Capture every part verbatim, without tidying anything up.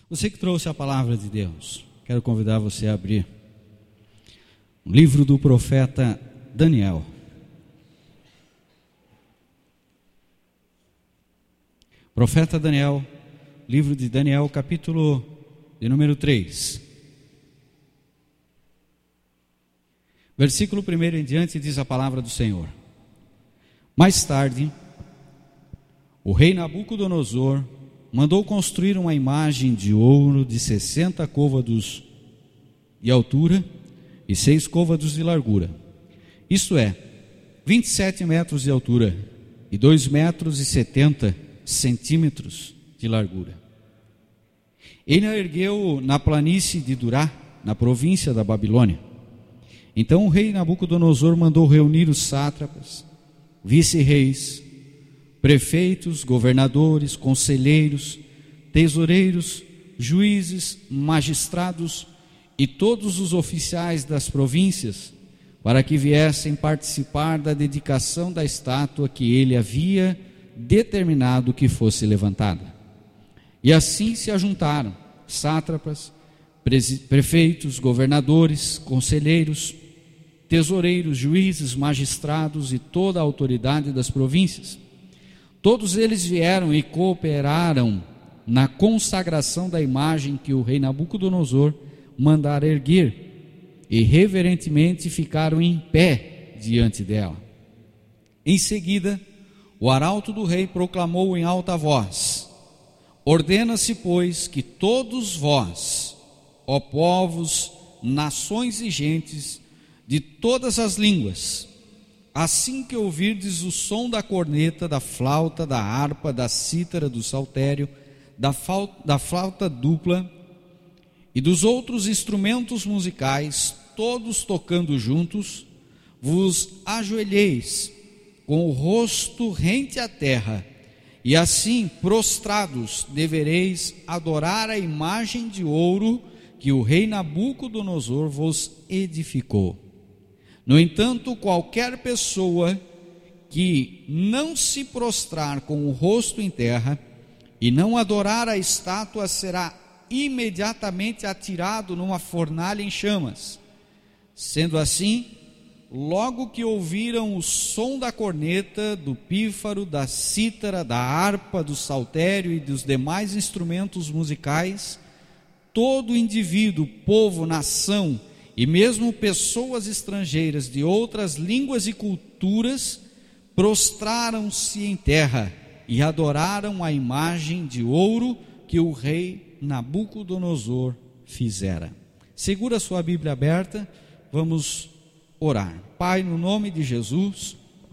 Você que trouxe a palavra de Deus, quero convidar você a abrir o livro do profeta Daniel. Profeta Daniel, livro de Daniel, capítulo de número três. Versículo primeiro em diante diz a palavra do Senhor. Mais tarde, o rei Nabucodonosor mandou construir uma imagem de ouro de sessenta côvados de altura e seis côvados de largura. Isto é, vinte e sete metros de altura e dois metros e setenta centímetros de largura. Ele a ergueu na planície de Durá, na província da Babilônia. Então o rei Nabucodonosor mandou reunir os sátrapas, vice-reis, prefeitos, governadores, conselheiros, tesoureiros, juízes, magistrados e todos os oficiais das províncias, para que viessem participar da dedicação da estátua que ele havia determinado que fosse levantada. E assim se ajuntaram sátrapas, prefeitos, governadores, conselheiros, tesoureiros, juízes, magistrados e toda a autoridade das províncias. Todos eles vieram e cooperaram na consagração da imagem que o rei Nabucodonosor mandara erguer, e reverentemente ficaram em pé diante dela. Em seguida, o arauto do rei proclamou em alta voz: ordena-se, pois, que todos vós, ó povos, nações e gentes, de todas as línguas, assim que ouvirdes o som da corneta, da flauta, da harpa, da cítara, do saltério, da, da flauta dupla e dos outros instrumentos musicais, todos tocando juntos, vos ajoelheis com o rosto rente à terra, e assim, prostrados, devereis adorar a imagem de ouro que o rei Nabucodonosor vos edificou. No entanto, qualquer pessoa que não se prostrar com o rosto em terra e não adorar a estátua será imediatamente atirado numa fornalha em chamas. Sendo assim, logo que ouviram o som da corneta, do pífaro, da cítara, da harpa, do saltério e dos demais instrumentos musicais, todo indivíduo, povo, nação e mesmo pessoas estrangeiras de outras línguas e culturas prostraram-se em terra e adoraram a imagem de ouro que o rei Nabucodonosor fizera. Segura sua Bíblia aberta, vamos orar. Pai, no nome de Jesus,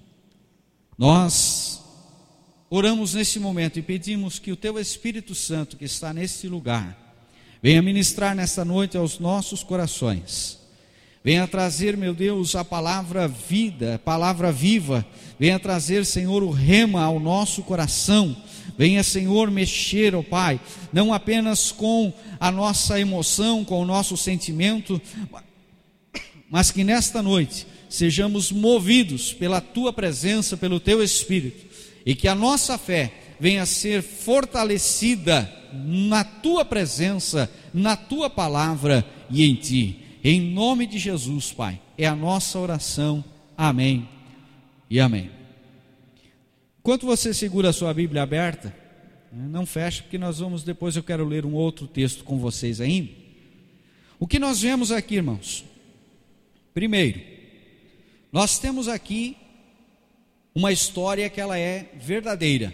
nós oramos nesse momento e pedimos que o Teu Espírito Santo que está neste lugar venha ministrar nesta noite aos nossos corações. Venha trazer, meu Deus, a palavra vida, a palavra viva. Venha trazer, Senhor, o rema ao nosso coração. Venha, Senhor, mexer, ó Pai, não apenas com a nossa emoção, com o nosso sentimento, mas que nesta noite sejamos movidos pela Tua presença, pelo Teu Espírito, e que a nossa fé venha a ser fortalecida na Tua presença, na Tua palavra e em Ti. Em nome de Jesus, Pai, é a nossa oração. Amém e amém. Enquanto você segura a sua Bíblia aberta, não feche, porque nós vamos, depois eu quero ler um outro texto com vocês ainda. O que nós vemos aqui, irmãos? Primeiro, nós temos aqui uma história que ela é verdadeira.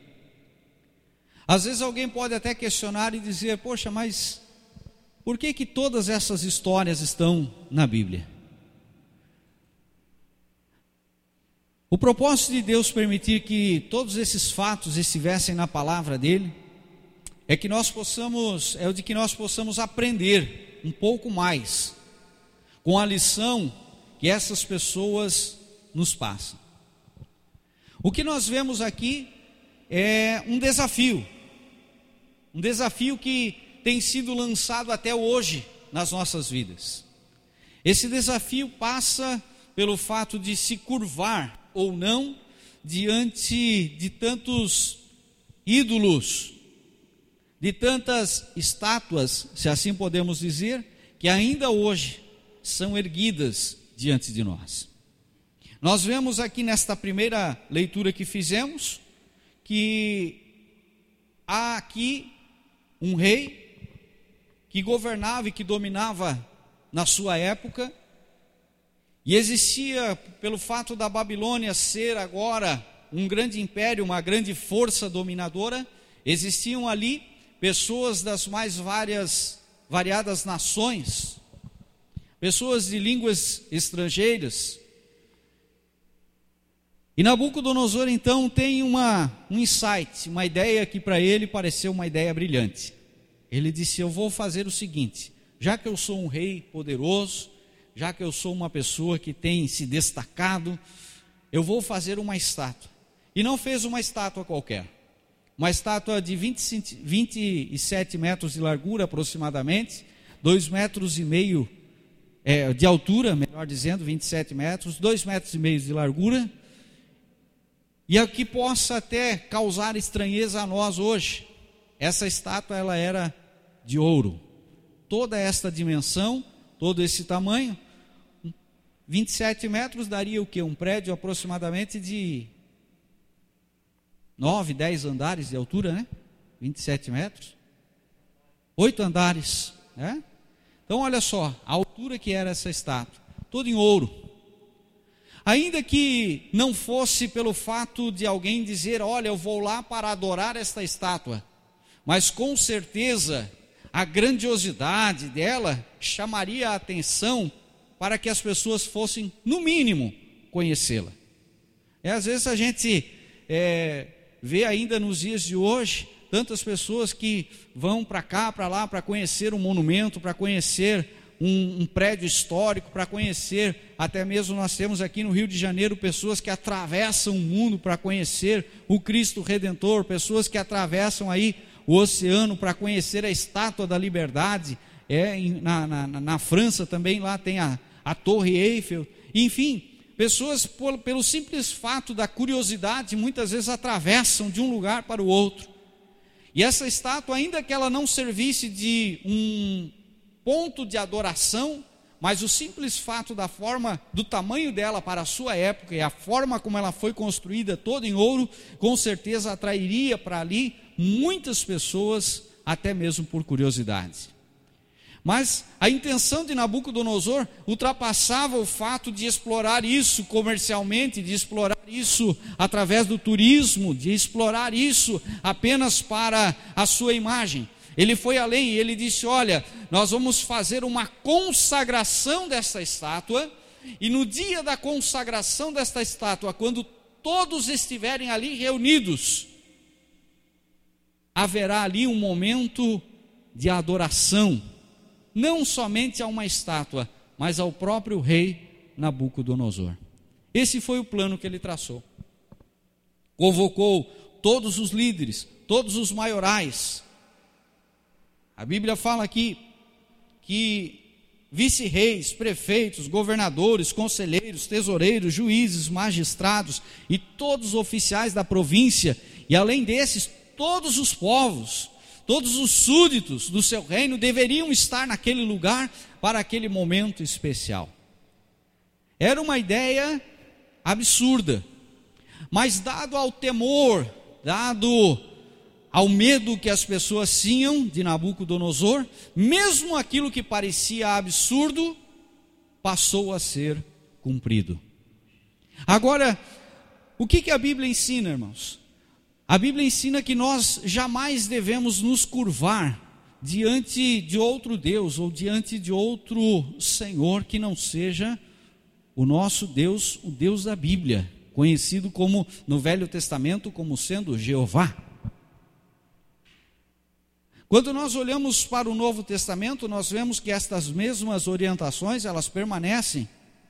Às vezes alguém pode até questionar e dizer: poxa, mas por que que todas essas histórias estão na Bíblia? O propósito de Deus permitir que todos esses fatos estivessem na palavra dele é que nós possamos, é o de que nós possamos aprender um pouco mais com a lição que essas pessoas nos passam. O que nós vemos aqui é um desafio, um desafio que tem sido lançado até hoje nas nossas vidas. Esse desafio passa pelo fato de se curvar ou não diante de tantos ídolos de tantas estátuas, se assim podemos dizer, que ainda hoje são erguidas diante de nós. Nós vemos aqui nesta primeira leitura que fizemos, que há aqui um rei que governava e que dominava na sua época, e existia, pelo fato da Babilônia ser agora um grande império, uma grande força dominadora, existiam ali pessoas das mais várias, variadas nações, pessoas de línguas estrangeiras. E Nabucodonosor então tem uma, um insight, uma ideia que para ele pareceu uma ideia brilhante. Ele disse: eu vou fazer o seguinte, já que eu sou um rei poderoso, já que eu sou uma pessoa que tem se destacado, eu vou fazer uma estátua. E não fez uma estátua qualquer, uma estátua de vinte, vinte e sete metros de largura aproximadamente, dois metros e meio é, de altura, melhor dizendo, vinte e sete metros, dois metros e meio de largura, e a que possa até causar estranheza a nós hoje. Essa estátua ela era de ouro, toda esta dimensão, todo esse tamanho, vinte e sete metros daria o que? Um prédio aproximadamente de nove, dez andares de altura, né? vinte e sete metros, oito andares, né? Então olha só, a altura que era essa estátua, toda em ouro. Ainda que não fosse pelo fato de alguém dizer: olha, eu vou lá para adorar esta estátua, mas com certeza a grandiosidade dela chamaria a atenção para que as pessoas fossem, no mínimo, conhecê-la. E às vezes a gente é, vê ainda nos dias de hoje tantas pessoas que vão para cá, para lá, para conhecer um monumento, para conhecer um, um prédio histórico, para conhecer, até mesmo nós temos aqui no Rio de Janeiro pessoas que atravessam o mundo para conhecer o Cristo Redentor, pessoas que atravessam aí o oceano para conhecer a Estátua da Liberdade, é, na, na, na França também, lá tem a, a Torre Eiffel, enfim, pessoas por, pelo simples fato da curiosidade, muitas vezes atravessam de um lugar para o outro, e essa estátua, ainda que ela não servisse de um ponto de adoração, mas o simples fato da forma, do tamanho dela para a sua época, e a forma como ela foi construída, toda em ouro, com certeza atrairia para ali muitas pessoas, até mesmo por curiosidade. Mas a intenção de Nabucodonosor ultrapassava o fato de explorar isso comercialmente, de explorar isso através do turismo, de explorar isso apenas para a sua imagem. Ele foi além e ele disse: olha, nós vamos fazer uma consagração dessa estátua, e no dia da consagração desta estátua, quando todos estiverem ali reunidos, haverá ali um momento de adoração, não somente a uma estátua, mas ao próprio rei Nabucodonosor. Esse foi o plano que ele traçou. Convocou todos os líderes, todos os maiorais. A Bíblia fala aqui que vice-reis, prefeitos, governadores, conselheiros, tesoureiros, juízes, magistrados e todos os oficiais da província, e além desses, todos os povos, todos os súditos do seu reino deveriam estar naquele lugar para aquele momento especial. Era uma ideia absurda, mas dado ao temor, dado ao medo que as pessoas tinham de Nabucodonosor, mesmo aquilo que parecia absurdo, passou a ser cumprido. Agora, o que, que a Bíblia ensina, irmãos? A Bíblia ensina que nós jamais devemos nos curvar diante de outro Deus, ou diante de outro Senhor que não seja o nosso Deus, o Deus da Bíblia, conhecido como, no Velho Testamento, como sendo Jeová. Quando nós olhamos para o Novo Testamento, nós vemos que estas mesmas orientações, elas permanecem.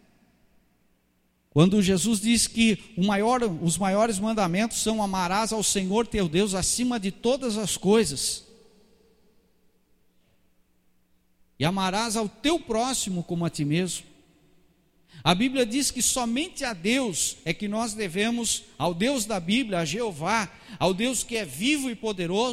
Quando Jesus diz que o maior, os maiores mandamentos são: amarás ao Senhor teu Deus acima de todas as coisas, e amarás ao teu próximo como a ti mesmo. A Bíblia diz que somente a Deus é que nós devemos, ao Deus da Bíblia, a Jeová, ao Deus que é vivo e poderoso,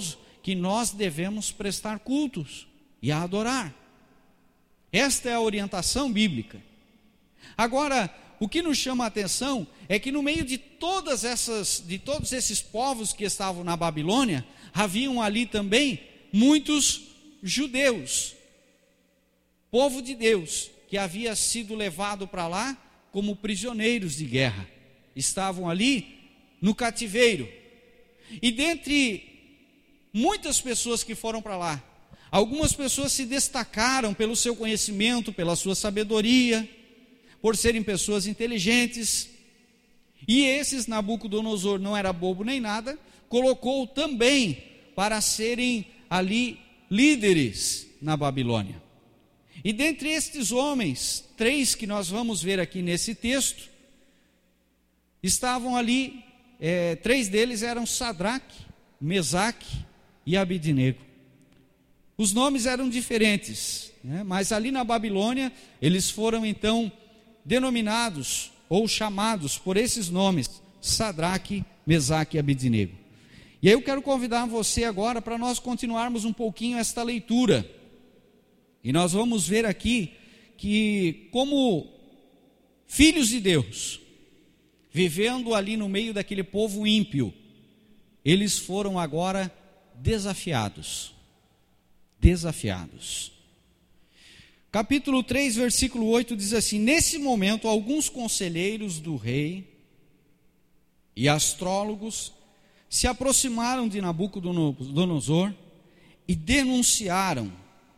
que nós devemos prestar cultos e a adorar. Esta é a orientação bíblica. Agora, o que nos chama a atenção é que no meio de todas essas, de todos esses povos que estavam na Babilônia, haviam ali também muitos judeus, povo de Deus, que havia sido levado para lá como prisioneiros de guerra. Estavam ali no cativeiro. E dentre muitas pessoas que foram para lá, algumas pessoas se destacaram pelo seu conhecimento, pela sua sabedoria, por serem pessoas inteligentes. E esses Nabucodonosor não era bobo nem nada, colocou também para serem ali líderes na Babilônia. E dentre estes homens, três que nós vamos ver aqui nesse texto, estavam ali, é, três deles eram Sadraque, Mesaque e Abidnego. Os nomes eram diferentes, né? Mas ali na Babilônia, eles foram então denominados ou chamados por esses nomes, Sadraque, Mesaque e Abidnego. E aí eu quero convidar você agora para nós continuarmos um pouquinho esta leitura. E nós vamos ver aqui que, como filhos de Deus, vivendo ali no meio daquele povo ímpio, eles foram agora desafiados. Desafiados. Capítulo três, versículo oito diz assim: nesse momento, alguns conselheiros do rei e astrólogos se aproximaram de Nabucodonosor e denunciaram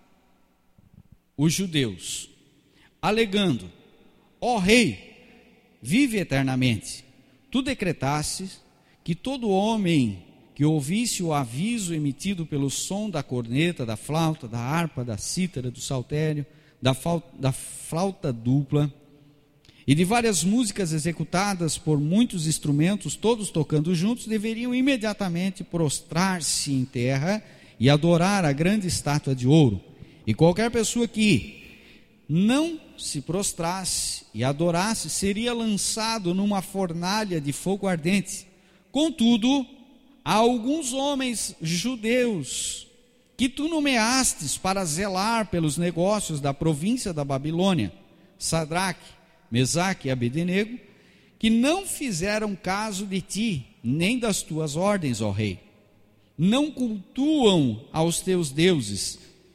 os judeus, alegando: ó rei, vive eternamente, tu decretastes que todo homem que ouvisse o aviso emitido pelo som da corneta, da flauta, da harpa, da cítara, do saltério, da, da flauta dupla e de várias músicas executadas por muitos instrumentos, todos tocando juntos, deveriam imediatamente prostrar-se em terra e adorar a grande estátua de ouro. E qualquer pessoa que não se prostrasse e adorasse seria lançado numa fornalha de fogo ardente. Contudo, há alguns homens judeus que tu nomeastes para zelar pelos negócios da província da Babilônia, Sadraque, Mesaque e Abednego, que não fizeram caso de ti, nem das tuas ordens, ó rei. Não cultuam aos teus deuses,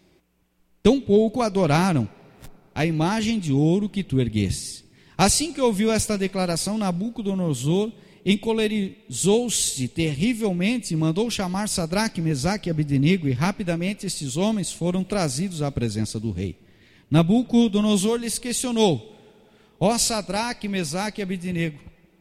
tampouco adoraram a imagem de ouro que tu ergueste. Assim que ouviu esta declaração, Nabucodonosor encolerizou-se terrivelmente e mandou chamar Sadraque, Mesaque e Abednego, e rapidamente estes homens foram trazidos à presença do rei. Nabucodonosor lhes questionou: ó Sadraque, Mesaque e Abednego,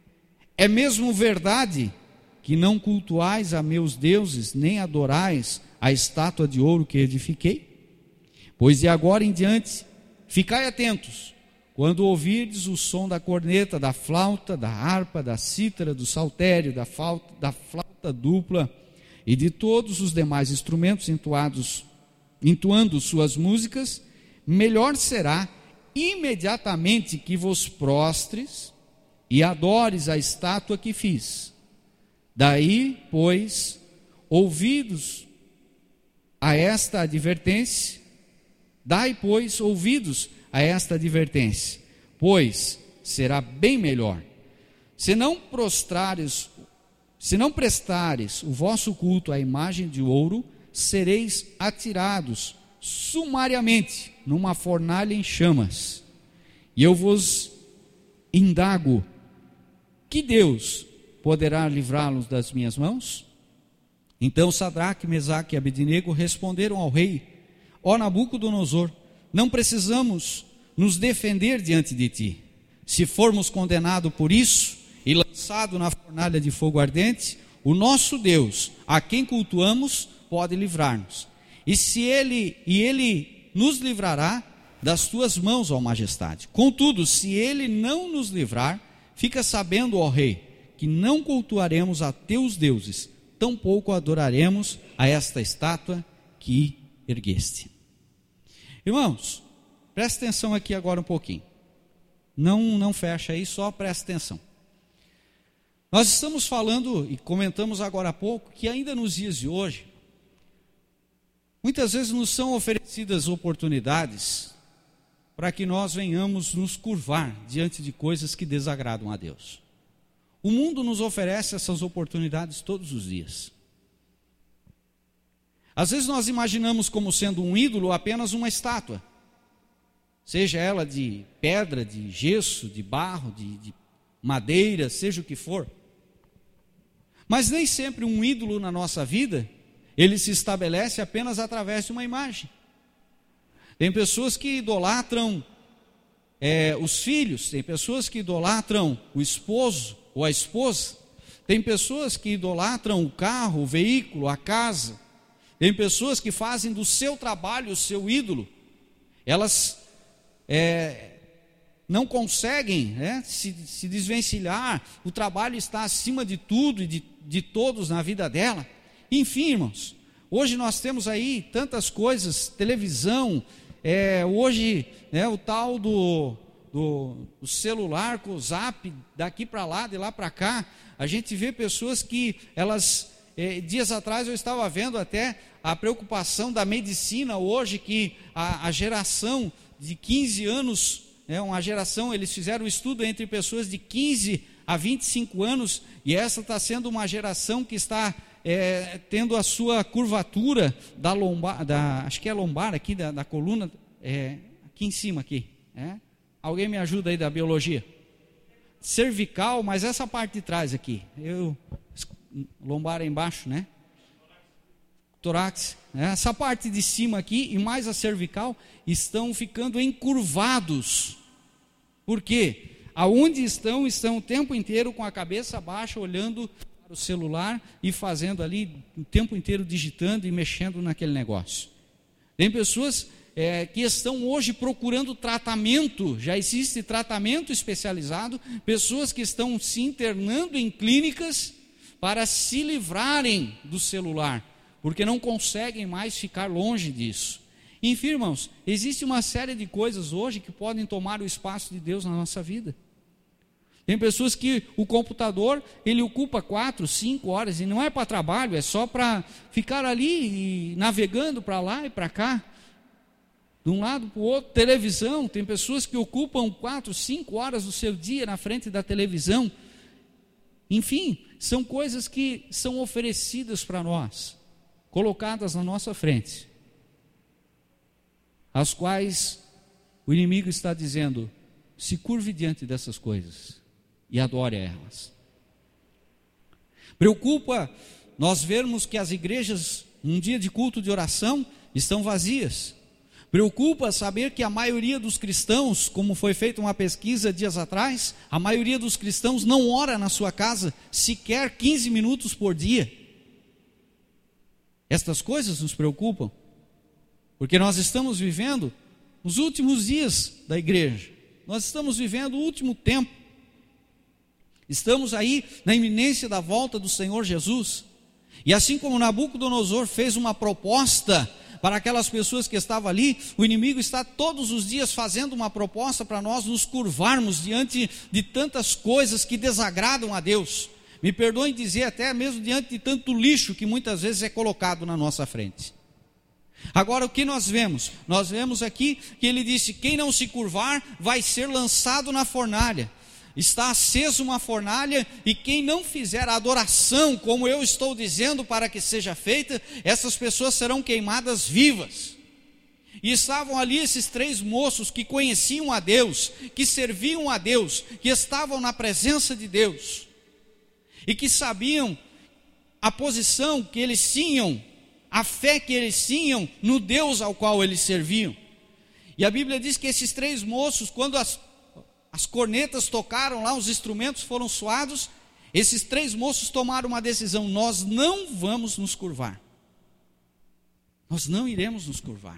é mesmo verdade que não cultuais a meus deuses, nem adorais a estátua de ouro que edifiquei? Pois de agora em diante, ficai atentos, quando ouvirdes o som da corneta, da flauta, da harpa, da cítara, do saltério, da flauta, da flauta dupla e de todos os demais instrumentos entoados, entoando suas músicas, melhor será imediatamente que vos prostres e adores a estátua que fiz. Daí, pois, ouvidos a esta advertência, dai, pois, ouvidos a esta advertência, pois será bem melhor. Se não prostrares, se não prestares o vosso culto à imagem de ouro, sereis atirados sumariamente numa fornalha em chamas. E eu vos indago: que Deus poderá livrá-los das minhas mãos? Então Sadraque, Mesaque e Abednego responderam ao rei: ó Nabucodonosor, não precisamos nos defender diante de ti. Se formos condenados por isso e lançados na fornalha de fogo ardente, o nosso Deus, a quem cultuamos, pode livrar-nos. E se ele e ele nos livrará das tuas mãos, ó majestade. Contudo, se ele não nos livrar, fica sabendo, ó rei, que não cultuaremos a teus deuses, tampouco adoraremos a esta estátua que ergueste. Irmãos, presta atenção aqui agora um pouquinho. Não, não fecha aí, só presta atenção. Nós estamos falando e comentamos agora há pouco que ainda nos dias de hoje, Muitas vezes nos são oferecidas oportunidades para que nós venhamos nos curvar diante de coisas que desagradam a Deus. O mundo nos oferece essas oportunidades todos os dias. Às vezes nós imaginamos como sendo um ídolo apenas uma estátua, seja ela de pedra, de gesso, de barro, de, de madeira, seja o que for. Mas nem sempre um ídolo na nossa vida, ele se estabelece apenas através de uma imagem. Tem pessoas que idolatram é, os filhos, tem pessoas que idolatram o esposo ou a esposa, tem pessoas que idolatram o carro, o veículo, a casa, tem pessoas que fazem do seu trabalho o seu ídolo. Elas é, não conseguem né, se, se desvencilhar, o trabalho está acima de tudo e de, de todos na vida dela. Enfim, irmãos, hoje nós temos aí tantas coisas, televisão, é, hoje né, o tal do, do, do celular com o zap, daqui para lá, de lá para cá, a gente vê pessoas que elas, é, dias atrás eu estava vendo até a preocupação da medicina hoje, que a, a geração de quinze anos, é uma geração, eles fizeram um estudo entre pessoas de quinze a vinte e cinco anos, e essa está sendo uma geração que está é, tendo a sua curvatura da lombar, da, acho que é lombar aqui, da, da coluna, é, aqui em cima aqui, é? Alguém me ajuda aí da biologia? Cervical, mas essa parte de trás aqui, eu, lombar é embaixo, né? Torácico, né? Essa parte de cima aqui e mais a cervical estão ficando encurvados. Por quê? Aonde estão, estão o tempo inteiro com a cabeça baixa, olhando para o celular e fazendo ali o tempo inteiro digitando e mexendo naquele negócio. Tem pessoas é, que estão hoje procurando tratamento, já existe tratamento especializado, pessoas que estão se internando em clínicas para se livrarem do celular, porque não conseguem mais ficar longe disso. Enfim, irmãos, existe uma série de coisas hoje que podem tomar o espaço de Deus na nossa vida. Tem pessoas que o computador, ele ocupa quatro, cinco horas, e não é para trabalho, é só para ficar ali e navegando para lá e para cá, de um lado para o outro. Televisão, tem pessoas que ocupam quatro, cinco horas do seu dia na frente da televisão. Enfim, são coisas que são oferecidas para nós, colocadas na nossa frente, as quais o inimigo está dizendo: se curve diante dessas coisas e adore a elas. Preocupa nós vermos que as igrejas, num dia de culto de oração, estão vazias. Preocupa saber que a maioria dos cristãos, como foi feita uma pesquisa dias atrás, a maioria dos cristãos não ora na sua casa sequer quinze minutos por dia. Estas coisas nos preocupam, porque nós estamos vivendo os últimos dias da igreja, nós estamos vivendo o último tempo, estamos aí na iminência da volta do Senhor Jesus, e assim como Nabucodonosor fez uma proposta para aquelas pessoas que estavam ali, o inimigo está todos os dias fazendo uma proposta para nós nos curvarmos diante de tantas coisas que desagradam a Deus. Me perdoem dizer, até mesmo diante de tanto lixo que muitas vezes é colocado na nossa frente. Agora, o que nós vemos? Nós vemos aqui que ele disse: quem não se curvar vai ser lançado na fornalha. Está acesa uma fornalha, e quem não fizer a adoração, como eu estou dizendo para que seja feita, essas pessoas serão queimadas vivas. E estavam ali esses três moços que conheciam a Deus, que serviam a Deus, que estavam na presença de Deus, e que sabiam a posição que eles tinham, a fé que eles tinham no Deus ao qual eles serviam. E a Bíblia diz que esses três moços, quando as, as cornetas tocaram lá, os instrumentos foram soados, esses três moços tomaram uma decisão: nós não vamos nos curvar, nós não iremos nos curvar.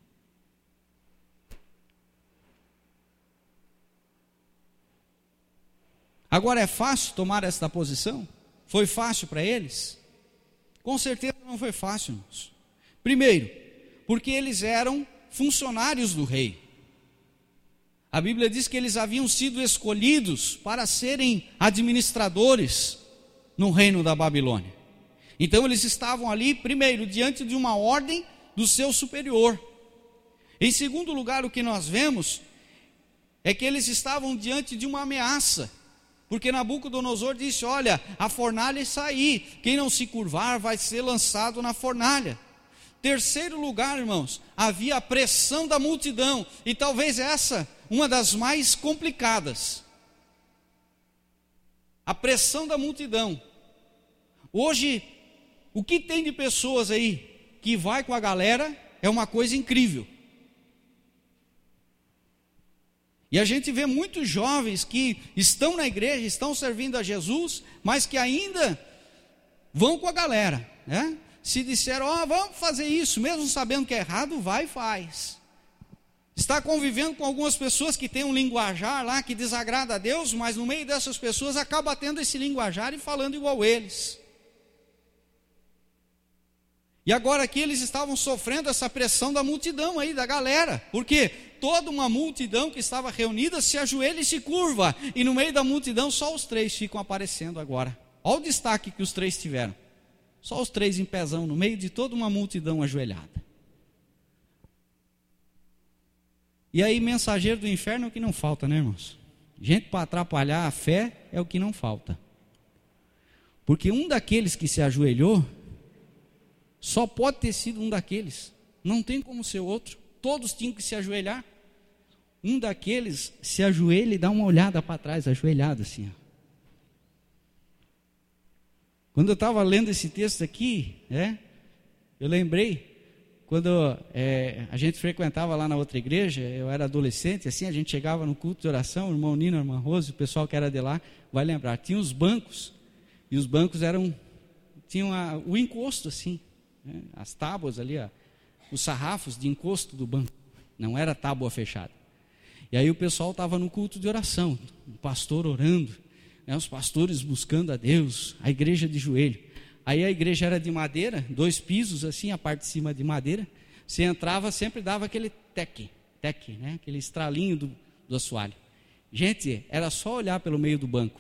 Agora, é fácil tomar esta posição? Foi fácil para eles? Com certeza não foi fácil, irmãos. Primeiro, porque eles eram funcionários do rei. A Bíblia diz que eles haviam sido escolhidos para serem administradores no reino da Babilônia. Então eles estavam ali, primeiro, diante de uma ordem do seu superior. Em segundo lugar, o que nós vemos é que eles estavam diante de uma ameaça, porque Nabucodonosor disse: olha, a fornalha sair, quem não se curvar vai ser lançado na fornalha. Terceiro lugar, irmãos, havia a pressão da multidão, e talvez essa uma das mais complicadas. A pressão da multidão. Hoje, o que tem de pessoas aí que vai com a galera é uma coisa incrível. E a gente vê muitos jovens que estão na igreja, estão servindo a Jesus, mas que ainda vão com a galera, né? Se disseram: ó, oh, vamos fazer isso, mesmo sabendo que é errado, vai e faz. Está convivendo com algumas pessoas que têm um linguajar lá que desagrada a Deus, mas no meio dessas pessoas acaba tendo esse linguajar e falando igual eles. E agora aqui eles estavam sofrendo essa pressão da multidão aí, da galera, porque toda uma multidão que estava reunida se ajoelha e se curva, e no meio da multidão só os três ficam aparecendo agora. Olha o destaque que os três tiveram, só os três em pezão, no meio de toda uma multidão ajoelhada. E aí, mensageiro do inferno é o que não falta, né, irmãos? Gente para atrapalhar a fé é o que não falta. Porque um daqueles que se ajoelhou só pode ter sido um daqueles, não tem como ser outro. Todos tinham que se ajoelhar. Um daqueles se ajoelha e dá uma olhada para trás, ajoelhado assim. Ó. Quando eu estava lendo esse texto aqui, é, eu lembrei, quando é, a gente frequentava lá na outra igreja, eu era adolescente, assim, a gente chegava no culto de oração, o irmão Nino, a irmã Rose, o pessoal que era de lá, vai lembrar, tinha os bancos, e os bancos eram, tinham a, o encosto assim, né, as tábuas ali, ó, os sarrafos de encosto do banco, não era tábua fechada. E aí o pessoal estava no culto de oração, o pastor orando, né, os pastores buscando a Deus, a igreja de joelho. Aí a igreja era de madeira, dois pisos assim, a parte de cima de madeira. Você entrava, sempre dava aquele teque, teque, né, aquele estralinho do, do assoalho. Gente, era só olhar pelo meio do banco.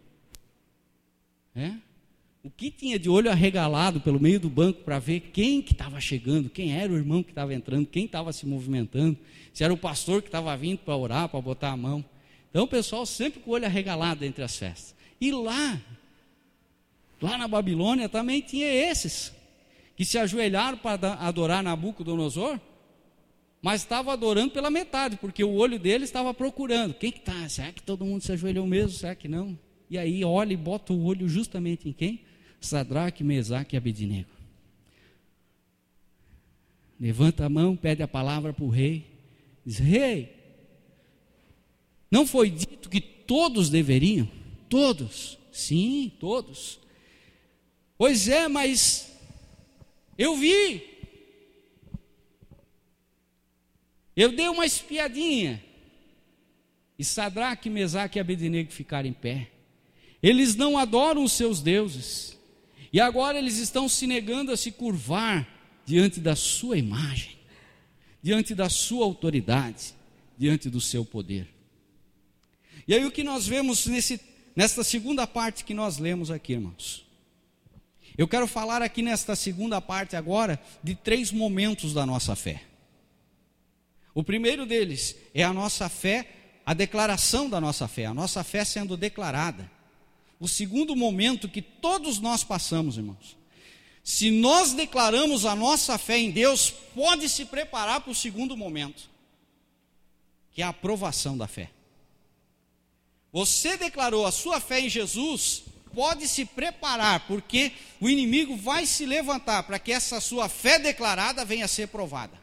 É? O que tinha de olho arregalado pelo meio do banco para ver quem que estava chegando, quem era o irmão que estava entrando, quem estava se movimentando, se era o pastor que estava vindo para orar, para botar a mão. Então o pessoal sempre com o olho arregalado entre as festas. E lá, lá na Babilônia também tinha esses, que se ajoelharam para adorar Nabucodonosor, mas estavam adorando pela metade, porque o olho deles estava procurando. Quem que está? Será que todo mundo se ajoelhou mesmo? Será que não? E aí olha e bota o olho justamente em quem? Sadraque, Mesaque e Abednego. Levanta a mão, pede a palavra para o rei. Diz: rei, não foi dito que todos deveriam? Todos? Sim, todos. Pois é, mas eu vi. Eu dei uma espiadinha. E Sadraque, Mesaque e Abednego ficaram em pé. Eles não adoram os seus deuses. E agora eles estão se negando a se curvar diante da sua imagem, diante da sua autoridade, diante do seu poder. E aí o que nós vemos nesse, nesta segunda parte que nós lemos aqui, irmãos? Eu quero falar aqui nesta segunda parte agora de três momentos da nossa fé. O primeiro deles é a nossa fé, a declaração da nossa fé, a nossa fé sendo declarada. O segundo momento que todos nós passamos, irmãos. Se nós declaramos a nossa fé em Deus, pode se preparar para o segundo momento, que é a aprovação da fé. Você declarou a sua fé em Jesus, pode se preparar, porque o inimigo vai se levantar para que essa sua fé declarada venha a ser provada.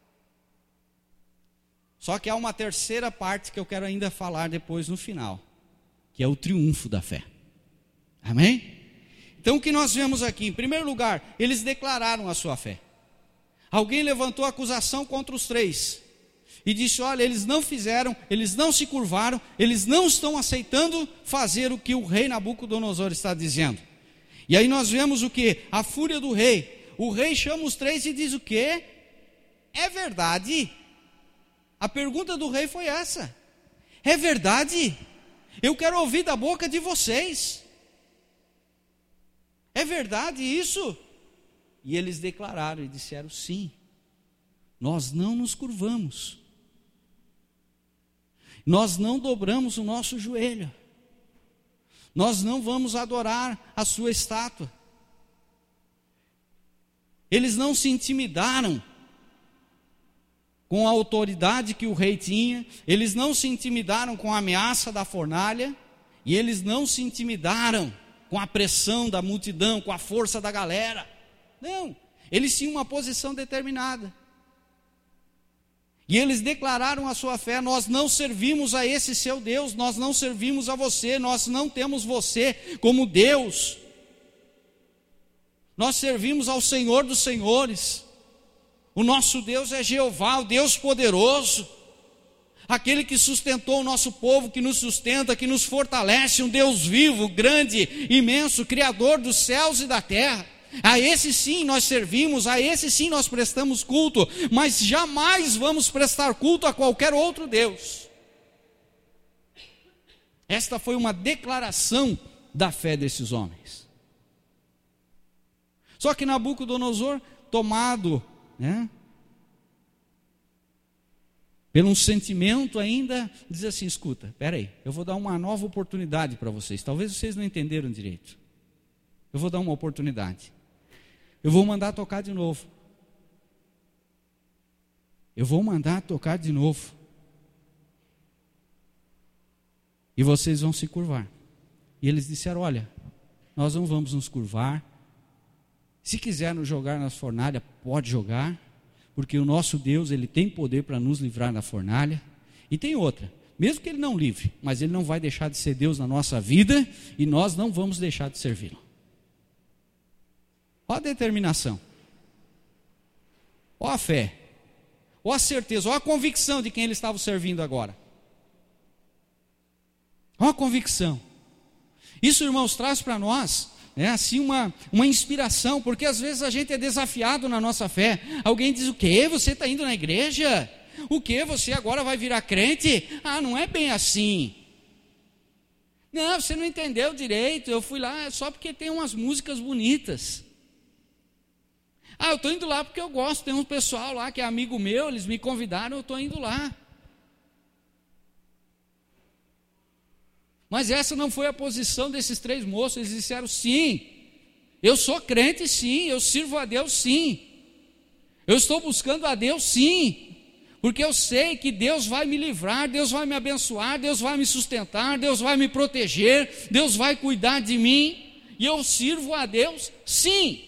Só que há uma terceira parte que eu quero ainda falar depois no final, que é o triunfo da fé. Amém? Então o que nós vemos aqui, em primeiro lugar, eles declararam a sua fé. Alguém levantou acusação contra os três e disse: olha, eles não fizeram, eles não se curvaram, eles não estão aceitando fazer o que o rei Nabucodonosor está dizendo. E aí nós vemos o que? A fúria do rei. O rei chama os três e diz o quê? É verdade? A pergunta do rei foi essa: é verdade? Eu quero ouvir da boca de vocês. É verdade isso? E eles declararam e disseram: sim, nós não nos curvamos, nós não dobramos o nosso joelho, nós não vamos adorar a sua estátua. Eles não se intimidaram com a autoridade que o rei tinha, eles não se intimidaram com a ameaça da fornalha, e eles não se intimidaram com a pressão da multidão, com a força da galera. Não, eles tinham uma posição determinada. E eles declararam a sua fé: nós não servimos a esse seu Deus, nós não servimos a você, nós não temos você como Deus. Nós servimos ao Senhor dos Senhores. O nosso Deus é Jeová, o Deus poderoso, aquele que sustentou o nosso povo, que nos sustenta, que nos fortalece, um Deus vivo, grande, imenso, Criador dos céus e da terra. A esse sim nós servimos, a esse sim nós prestamos culto, mas jamais vamos prestar culto a qualquer outro Deus. Esta foi uma declaração da fé desses homens. Só que Nabucodonosor, tomado, né, pelo um sentimento ainda, diz assim: escuta, espera aí, eu vou dar uma nova oportunidade para vocês. Talvez vocês não entenderam direito. Eu vou dar uma oportunidade. Eu vou mandar tocar de novo. Eu vou mandar tocar de novo. E vocês vão se curvar. E eles disseram: olha, nós não vamos nos curvar. Se quiser nos jogar na fornalha, pode jogar, porque o nosso Deus, Ele tem poder para nos livrar da fornalha. E tem outra, mesmo que Ele não livre, mas Ele não vai deixar de ser Deus na nossa vida, e nós não vamos deixar de servi-lo. Olha a determinação, olha a fé, olha a certeza, olha a convicção de quem eles estavam servindo agora. Olha a convicção. Isso, irmãos, traz para nós É assim uma, uma inspiração, porque às vezes a gente é desafiado na nossa fé. Alguém diz: o quê? Você está indo na igreja? O quê? Você agora vai virar crente? Ah, não é bem assim. Não, você não entendeu direito. Eu fui lá só porque tem umas músicas bonitas. Ah, eu estou indo lá porque eu gosto. Tem um pessoal lá que é amigo meu, eles me convidaram, eu estou indo lá. Mas essa não foi a posição desses três moços. Eles disseram: sim, eu sou crente, sim, eu sirvo a Deus, sim, eu estou buscando a Deus, sim, porque eu sei que Deus vai me livrar, Deus vai me abençoar, Deus vai me sustentar, Deus vai me proteger, Deus vai cuidar de mim, e eu sirvo a Deus, sim.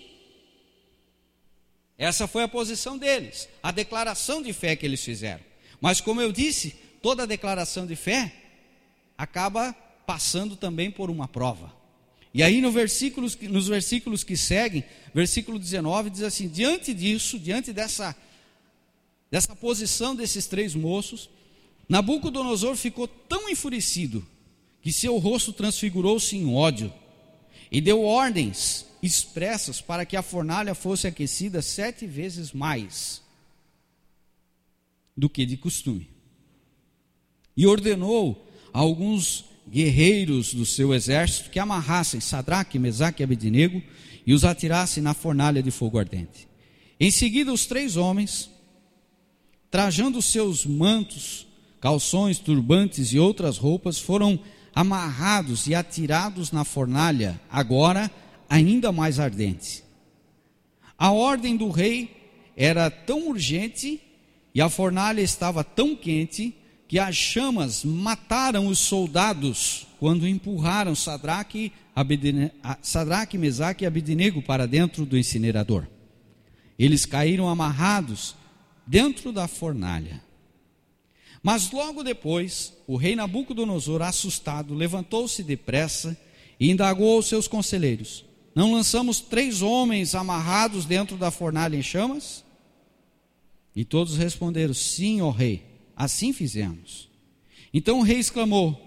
Essa foi a posição deles, a declaração de fé que eles fizeram. Mas como eu disse, toda declaração de fé acaba passando também por uma prova. E aí no versículos, nos versículos que seguem, versículo dezenove diz assim: diante disso, diante dessa, dessa posição desses três moços, Nabucodonosor ficou tão enfurecido que seu rosto transfigurou-se em ódio, e deu ordens expressas para que a fornalha fosse aquecida sete vezes mais do que de costume. E ordenou a alguns guerreiros do seu exército que amarrassem Sadraque, Mesaque e Abednego e os atirassem na fornalha de fogo ardente. Em seguida, os três homens, trajando seus mantos, calções, turbantes e outras roupas, foram amarrados e atirados na fornalha, agora ainda mais ardente. A ordem do rei era tão urgente e a fornalha estava tão quente que as chamas mataram os soldados quando empurraram Sadraque, Abedne... Sadraque, Mesaque e Abednego para dentro do incinerador. Eles caíram amarrados dentro da fornalha. Mas logo depois, o rei Nabucodonosor, assustado, levantou-se depressa e indagou aos seus conselheiros: não lançamos três homens amarrados dentro da fornalha em chamas? E todos responderam: sim, ó rei. Assim fizemos. Então o rei exclamou: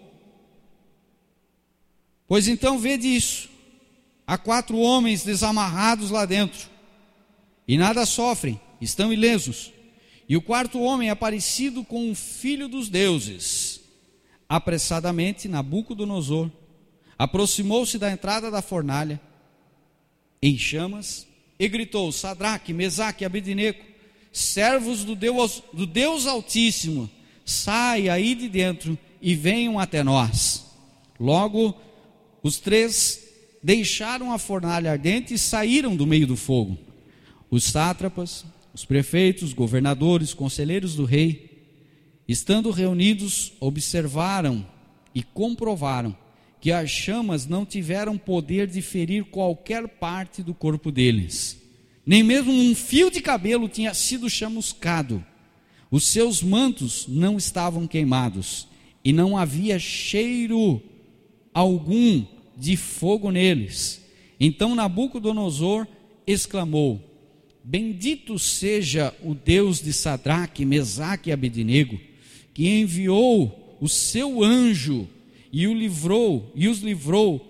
pois então vede isso, há quatro homens desamarrados lá dentro, e nada sofrem, estão ilesos, e o quarto homem é parecido com um filho dos deuses. Apressadamente Nabucodonosor aproximou-se da entrada da fornalha em chamas e gritou: Sadraque, Mesaque e Abednego, servos do Deus, do Deus Altíssimo, saem aí de dentro e venham até nós. Logo, os três deixaram a fornalha ardente e saíram do meio do fogo. Os sátrapas, os prefeitos, governadores, conselheiros do rei, estando reunidos, observaram e comprovaram que as chamas não tiveram poder de ferir qualquer parte do corpo deles. Nem mesmo um fio de cabelo tinha sido chamuscado. Os seus mantos não estavam queimados e não havia cheiro algum de fogo neles. Então Nabucodonosor exclamou: bendito seja o Deus de Sadraque, Mesaque e Abednego, que enviou o seu anjo e o livrou e os livrou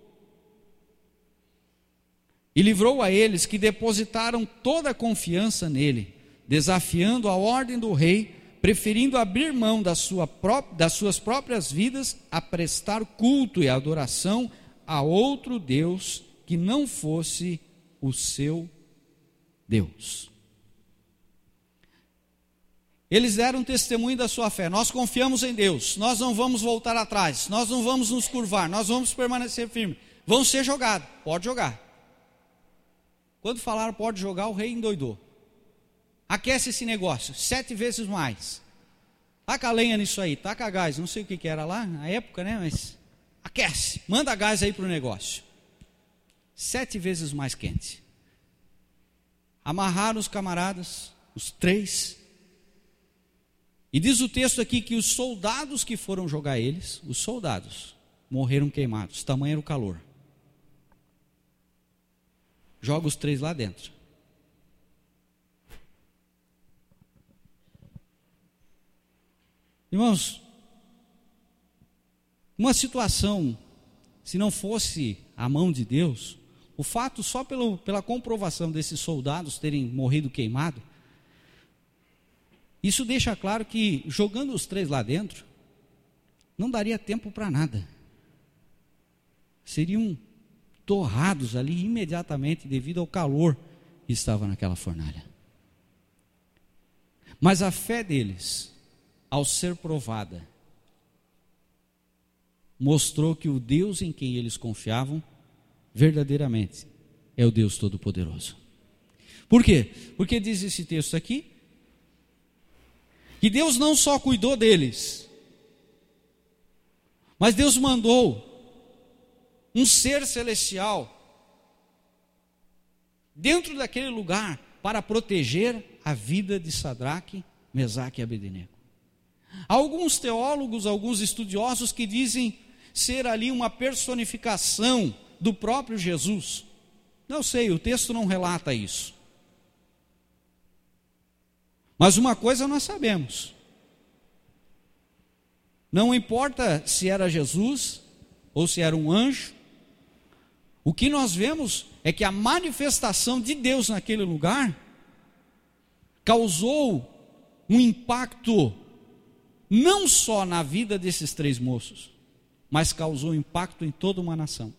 e livrou a eles que depositaram toda a confiança nele, desafiando a ordem do rei, preferindo abrir mão da sua pró- das suas próprias vidas a prestar culto e adoração a outro Deus que não fosse o seu Deus. Eles deram testemunho da sua fé. Nós confiamos em Deus, nós não vamos voltar atrás, nós não vamos nos curvar, nós vamos permanecer firmes. Vão ser jogados, pode jogar. Quando falaram pode jogar, o rei endoidou. Aquece esse negócio, sete vezes mais. Taca a lenha nisso aí, taca gás, não sei o que, que era lá na época, né? Mas aquece, manda gás aí para o negócio. Sete vezes mais quente. Amarraram os camaradas, os três. E diz o texto aqui que os soldados que foram jogar eles, os soldados, morreram queimados, tamanho era o calor. Joga os três lá dentro. Irmãos, uma situação, se não fosse a mão de Deus, o fato só pelo, pela comprovação desses soldados terem morrido queimado, isso deixa claro que jogando os três lá dentro, não daria tempo para nada. Seriam torrados ali imediatamente devido ao calor que estava naquela fornalha. Mas a fé deles, ao ser provada, mostrou que o Deus em quem eles confiavam, verdadeiramente, é o Deus Todo-Poderoso. Por quê? Porque diz esse texto aqui, que Deus não só cuidou deles, mas Deus mandou um ser celestial dentro daquele lugar para proteger a vida de Sadraque, Mesaque e Abednego. Há alguns teólogos, alguns estudiosos que dizem ser ali uma personificação do próprio Jesus. Não sei, o texto não relata isso. Mas uma coisa nós sabemos: não importa se era Jesus ou se era um anjo, o que nós vemos é que a manifestação de Deus naquele lugar causou um impacto não só na vida desses três moços, mas causou impacto em toda uma nação.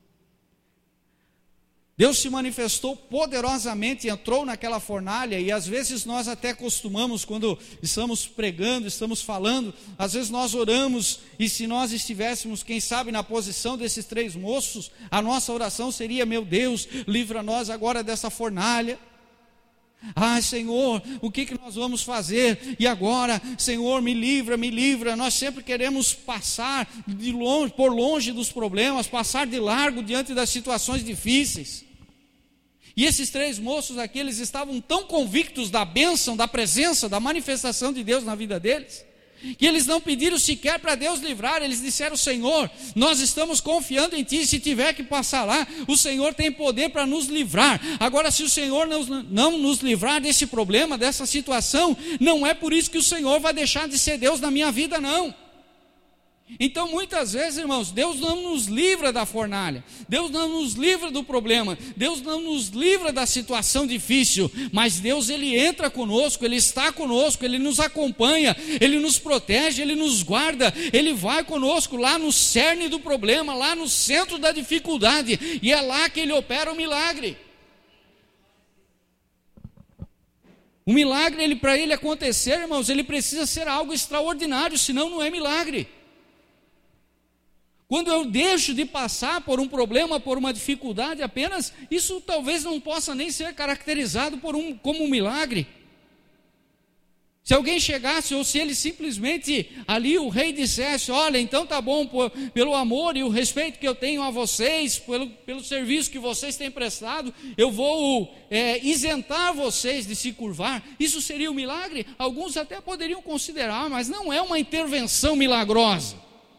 Deus se manifestou poderosamente, entrou naquela fornalha, e às vezes nós até costumamos, quando estamos pregando, estamos falando, às vezes nós oramos, e se nós estivéssemos, quem sabe, na posição desses três moços, a nossa oração seria: meu Deus, livra nós agora dessa fornalha. Ah, Senhor, o que, que nós vamos fazer? E agora, Senhor, me livra, me livra. Nós sempre queremos passar de longe, por longe dos problemas, passar de largo diante das situações difíceis. E esses três moços aqui, eles estavam tão convictos da bênção, da presença, da manifestação de Deus na vida deles, que eles não pediram sequer para Deus livrar. Eles disseram: Senhor, nós estamos confiando em Ti, se tiver que passar lá, o Senhor tem poder para nos livrar. Agora, se o Senhor não, não nos livrar desse problema, dessa situação, não é por isso que o Senhor vai deixar de ser Deus na minha vida, não. Então muitas vezes, irmãos, Deus não nos livra da fornalha, Deus não nos livra do problema, Deus não nos livra da situação difícil, mas Deus, Ele entra conosco, Ele está conosco, Ele nos acompanha, Ele nos protege, Ele nos guarda, Ele vai conosco lá no cerne do problema, lá no centro da dificuldade, e é lá que Ele opera o milagre. O milagre, ele, para ele acontecer, irmãos, ele precisa ser algo extraordinário, senão não é milagre. Quando eu deixo de passar por um problema, por uma dificuldade apenas, isso talvez não possa nem ser caracterizado por um, como um milagre. Se alguém chegasse, ou se ele simplesmente, ali o rei dissesse, olha, então tá bom, por, pelo amor e o respeito que eu tenho a vocês, pelo, pelo serviço que vocês têm prestado, eu vou é, isentar vocês de se curvar, isso seria um milagre? Alguns até poderiam considerar, mas não é uma intervenção milagrosa.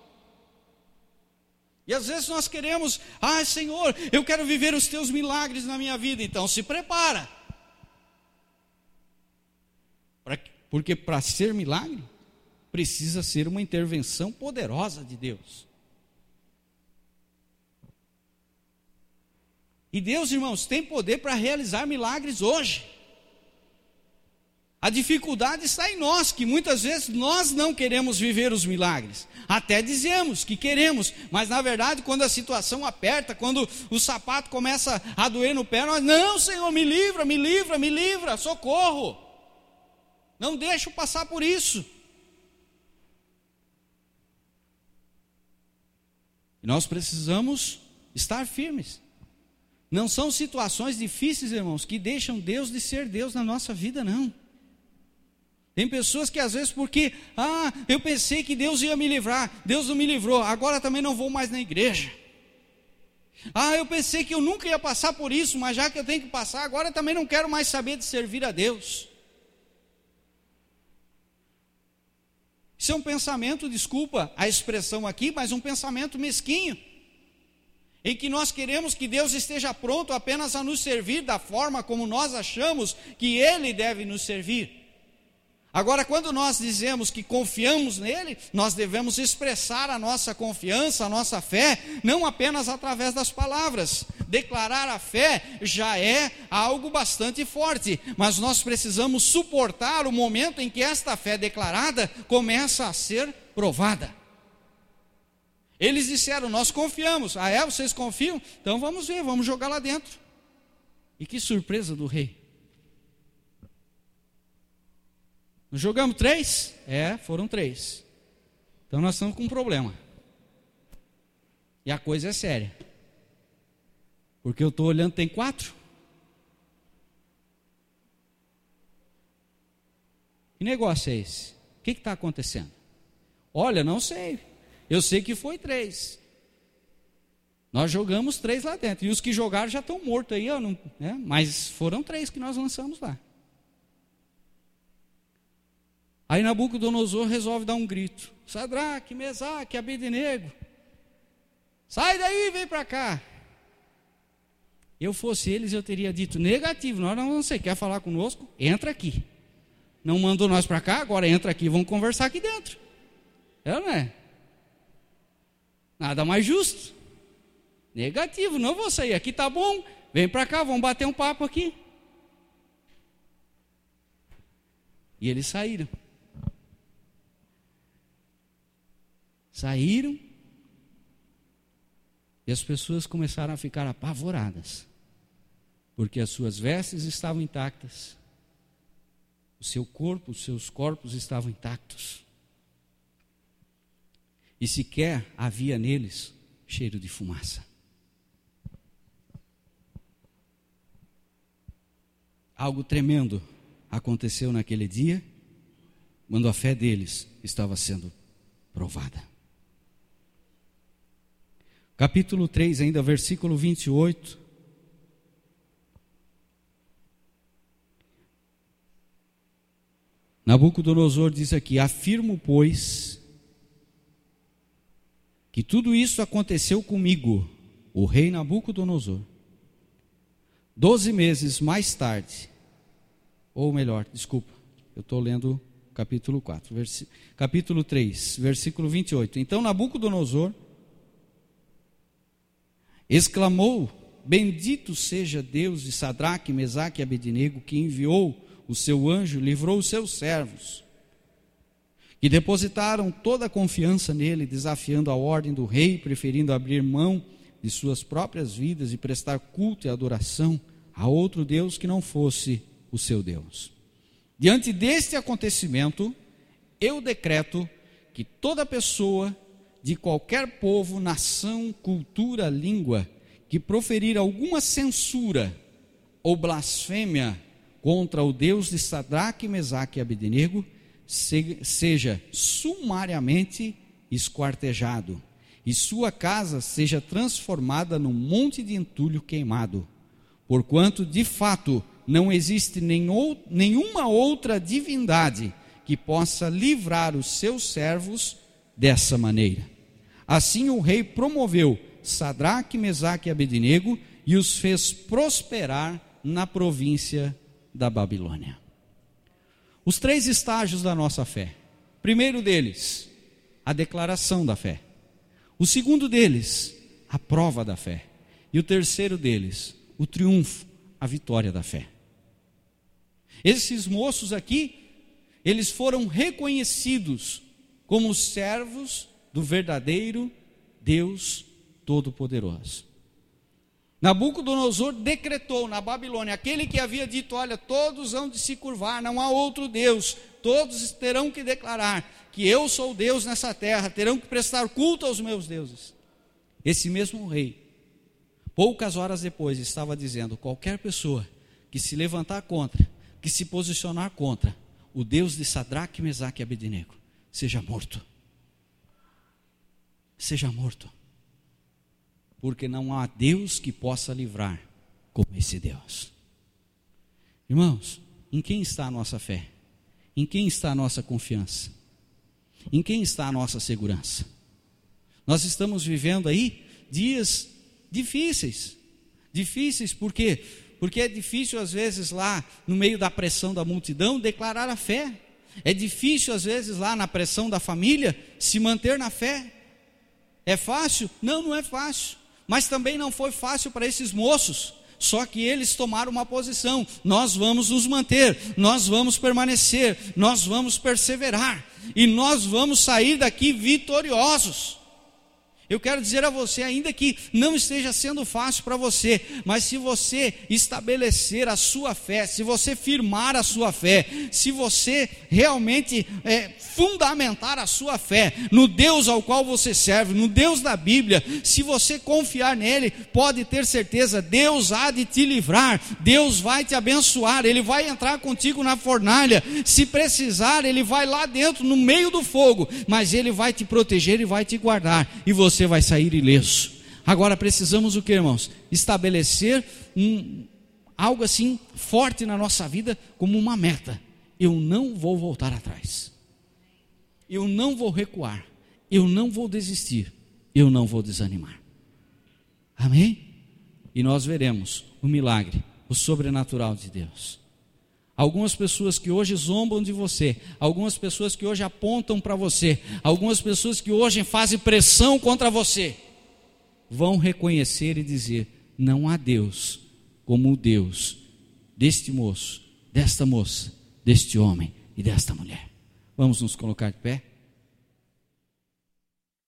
E às vezes nós queremos, ah, Senhor, eu quero viver os teus milagres na minha vida, então se prepara. Pra, porque para ser milagre, precisa ser uma intervenção poderosa de Deus. E Deus, irmãos, tem poder para realizar milagres hoje. A dificuldade está em nós, que muitas vezes nós não queremos viver os milagres. Até dizemos que queremos, mas na verdade quando a situação aperta, quando o sapato começa a doer no pé, nós, não, Senhor, me livra, me livra, me livra, socorro. Não deixa eu passar por isso. E nós precisamos estar firmes. Não são situações difíceis, irmãos, que deixam Deus de ser Deus na nossa vida, não. Tem pessoas que às vezes porque, ah, eu pensei que Deus ia me livrar, Deus não me livrou, agora também não vou mais na igreja. Ah, eu pensei que eu nunca ia passar por isso, mas já que eu tenho que passar, agora também não quero mais saber de servir a Deus. Isso é um pensamento, desculpa a expressão aqui, mas um pensamento mesquinho, em que nós queremos que Deus esteja pronto apenas a nos servir da forma como nós achamos que Ele deve nos servir. Agora, quando nós dizemos que confiamos nele, nós devemos expressar a nossa confiança, a nossa fé, não apenas através das palavras. Declarar a fé já é algo bastante forte, mas nós precisamos suportar o momento em que esta fé declarada começa a ser provada. Eles disseram, nós confiamos. Ah é? Vocês confiam? Então vamos ver, vamos jogar lá dentro. E que surpresa do rei. Nós jogamos três? É, foram três. Então nós estamos com um problema. E a coisa é séria. Porque eu estou olhando, tem quatro. Que negócio é esse? O que está acontecendo? Olha, não sei. Eu sei que foi três. Nós jogamos três lá dentro. E os que jogaram já estão mortos aí, ó, não, né? Mas foram três que nós lançamos lá. Aí Nabucodonosor resolve dar um grito. Sadraque, Mesaque, Abednego, sai daí, vem para cá. Eu fosse eles, eu teria dito negativo. Nós não, você quer falar conosco? Entra aqui. Não mandou nós para cá, agora entra aqui, vamos conversar aqui dentro. É ou não é? Nada mais justo. Negativo, não vou sair. Aqui tá bom, vem para cá, vamos bater um papo aqui. E eles saíram. Saíram e as pessoas começaram a ficar apavoradas, porque as suas vestes estavam intactas, o seu corpo, os seus corpos estavam intactos, e sequer havia neles cheiro de fumaça. Algo tremendo aconteceu naquele dia, quando a fé deles estava sendo provada. Capítulo três, ainda versículo vinte e oito. Nabucodonosor diz aqui: afirmo, pois, que tudo isso aconteceu comigo, o rei Nabucodonosor, doze meses mais tarde, ou melhor, desculpa, eu estou lendo capítulo quatro, vers... capítulo três, versículo vinte e oito. Então Nabucodonosor exclamou: bendito seja Deus de Sadraque, Mesaque e Abednego, que enviou o seu anjo, livrou os seus servos, que depositaram toda a confiança nele, desafiando a ordem do rei, preferindo abrir mão de suas próprias vidas e prestar culto e adoração a outro Deus que não fosse o seu Deus. Diante deste acontecimento, eu decreto que toda pessoa de qualquer povo, nação, cultura, língua, que proferir alguma censura ou blasfêmia contra o Deus de Sadraque, Mesaque e Abednego, seja sumariamente esquartejado, e sua casa seja transformada num monte de entulho queimado, porquanto de fato não existe nenhum, nenhuma outra divindade que possa livrar os seus servos dessa maneira. Assim o rei promoveu Sadraque, Mesaque e Abednego e os fez prosperar na província da Babilônia. Os três estágios da nossa fé. Primeiro deles, a declaração da fé. O segundo deles, a prova da fé. E o terceiro deles, o triunfo, a vitória da fé. Esses moços aqui, eles foram reconhecidos como servos do verdadeiro Deus Todo-Poderoso. Nabucodonosor decretou na Babilônia, aquele que havia dito, olha, todos hão de se curvar, não há outro Deus, todos terão que declarar que eu sou Deus nessa terra, terão que prestar culto aos meus deuses. Esse mesmo rei, poucas horas depois, estava dizendo, qualquer pessoa que se levantar contra, que se posicionar contra o Deus de Sadraque, Mesaque e Abednego, seja morto. Seja morto. Porque não há Deus que possa livrar como esse Deus. Irmãos, em quem está a nossa fé? Em quem está a nossa confiança? Em quem está a nossa segurança? Nós estamos vivendo aí dias difíceis. Difíceis por quê? Porque é difícil às vezes lá no meio da pressão da multidão declarar a fé. É difícil às vezes lá na pressão da família se manter na fé. É fácil? Não, não é fácil. Mas também não foi fácil para esses moços. Só que eles tomaram uma posição. Nós vamos nos manter, nós vamos permanecer, nós vamos perseverar. E nós vamos sair daqui vitoriosos. Eu quero dizer a você, ainda que não esteja sendo fácil para você, mas se você estabelecer a sua fé, se você firmar a sua fé, se você realmente é, fundamentar a sua fé no Deus ao qual você serve, no Deus da Bíblia, se você confiar nele, pode ter certeza, Deus há de te livrar, Deus vai te abençoar, Ele vai entrar contigo na fornalha, se precisar, Ele vai lá dentro, no meio do fogo, mas Ele vai te proteger e vai te guardar, e você vai sair ileso. Agora precisamos o que, irmãos? Estabelecer um, algo assim forte na nossa vida como uma meta. Eu não vou voltar atrás. Eu não vou recuar. Eu não vou desistir. Eu não vou desanimar. Amém? E nós veremos o milagre, o sobrenatural de Deus. Algumas pessoas que hoje zombam de você, algumas pessoas que hoje apontam para você, algumas pessoas que hoje fazem pressão contra você, vão reconhecer e dizer, não há Deus como o Deus deste moço, desta moça, deste homem e desta mulher. Vamos nos colocar de pé?